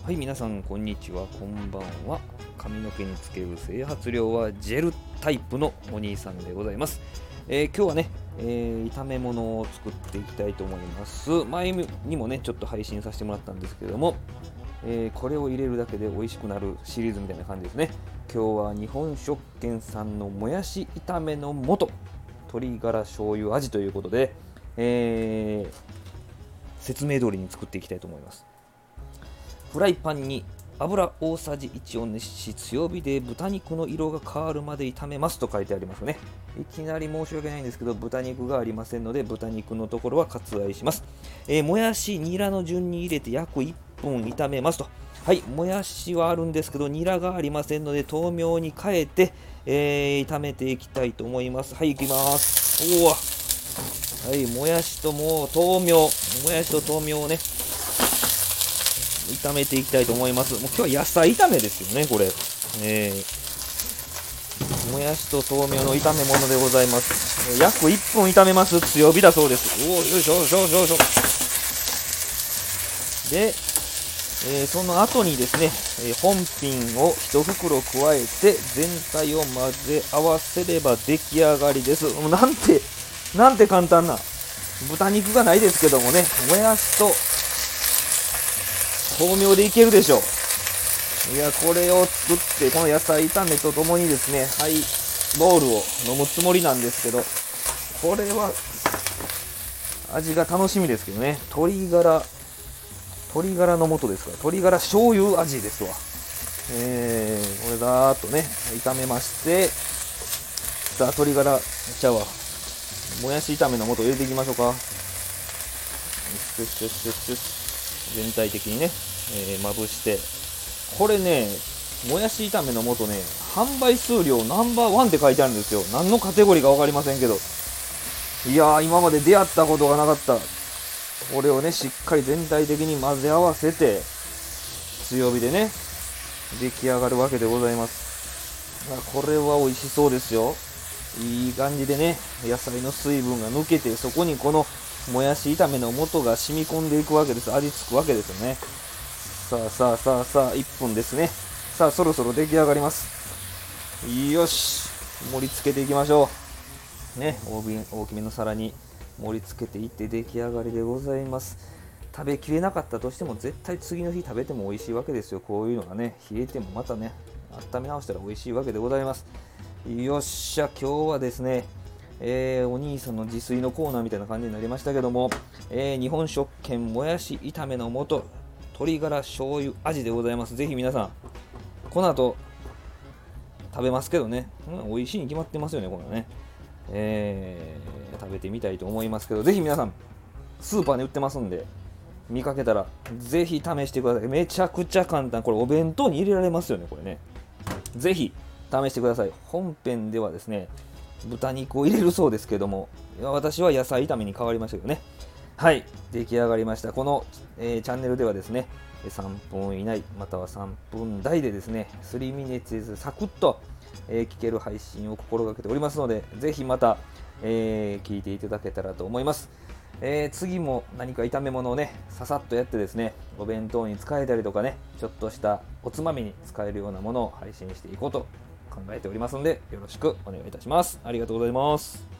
はい、皆さんこんにちは、こんばんは。髪の毛につける整髪料はジェルタイプのお兄さんでございます。今日はね、炒め物を作っていきたいと思います。前にもねちょっと配信させてもらったんですけれども、これを入れるだけで美味しくなるシリーズみたいな感じですね。今日は日本食研さんのもやし炒めの素鶏ガラ醤油味ということで、説明通りに作っていきたいと思います。フライパンに油大さじ1を熱し、強火で豚肉の色が変わるまで炒めますと書いてありますね。いきなり申し訳ないんですけど、豚肉がありませんので、豚肉のところは割愛します。もやし、ニラの順に入れて約1分炒めますと。はい、もやしはあるんですけど、ニラがありませんので、豆苗に変えて、炒めていきたいと思います。はい、いきます。はい、もやしと豆苗をね、炒めていきたいと思います。もう今日は野菜炒めですよね、これ。もやしと豆苗の炒め物でございます。約1分炒めます。強火だそうです。よいしょよいしょよいしょ。で、その後にですね、本品を1袋加えて全体を混ぜ合わせれば出来上がりです。なんて簡単な。豚肉がないですけどもね、もやしと豆苗でいけるでしょう。いや、これを作ってこの野菜炒めとともにですね、ハイボールを飲むつもりなんですけど、これは味が楽しみですけどね。鶏ガラの素ですから、鶏ガラ醤油味ですわ。これだーっとね炒めまして、さあ鶏ガラちゃうわ、もやし炒めの素入れていきましょうか。全体的にね、まぶして、これね、もやし炒めの素ね、販売数量ナンバーワンって書いてあるんですよ。何のカテゴリーか分かりませんけど、いやー、今まで出会ったことがなかった。これをね、しっかり全体的に混ぜ合わせて、強火でね、出来上がるわけでございます。これは美味しそうですよ。いい感じでね、野菜の水分が抜けて、そこにこのもやし炒めの素が染み込んでいくわけです。味付くわけですよね。さあ1分ですね。さあそろそろ出来上がります。よし、盛り付けていきましょうね。大きめの皿に盛り付けていって出来上がりでございます。食べきれなかったとしても絶対次の日食べても美味しいわけですよ。こういうのがね、冷えてもまたね温め直したら美味しいわけでございます。よっしゃ、今日はですね、お兄さんの自炊のコーナーみたいな感じになりましたけども、日本食研もやし炒めの素鶏ガラ醤油味でございます。ぜひ皆さんこの後食べますけどね、美味しいに決まってますよね、これね。食べてみたいと思いますけど、ぜひ皆さんスーパーに売ってますんで、見かけたらぜひ試してください。めちゃくちゃ簡単。これお弁当に入れられますよね、これね。ぜひ試してください。本編ではですね、豚肉を入れるそうですけども、私は野菜炒めに変わりましたけどね。はい、出来上がりました。この、チャンネルではですね、3分以内または3分台でですね、3ミニッツサクッと、聞ける配信を心がけておりますので、ぜひまた、聞いていただけたらと思います。次も何か炒め物をね、ささっとやってですね、お弁当に使えたりとかね、ちょっとしたおつまみに使えるようなものを配信していこうと考えておりますので、よろしくお願いいたします。ありがとうございます。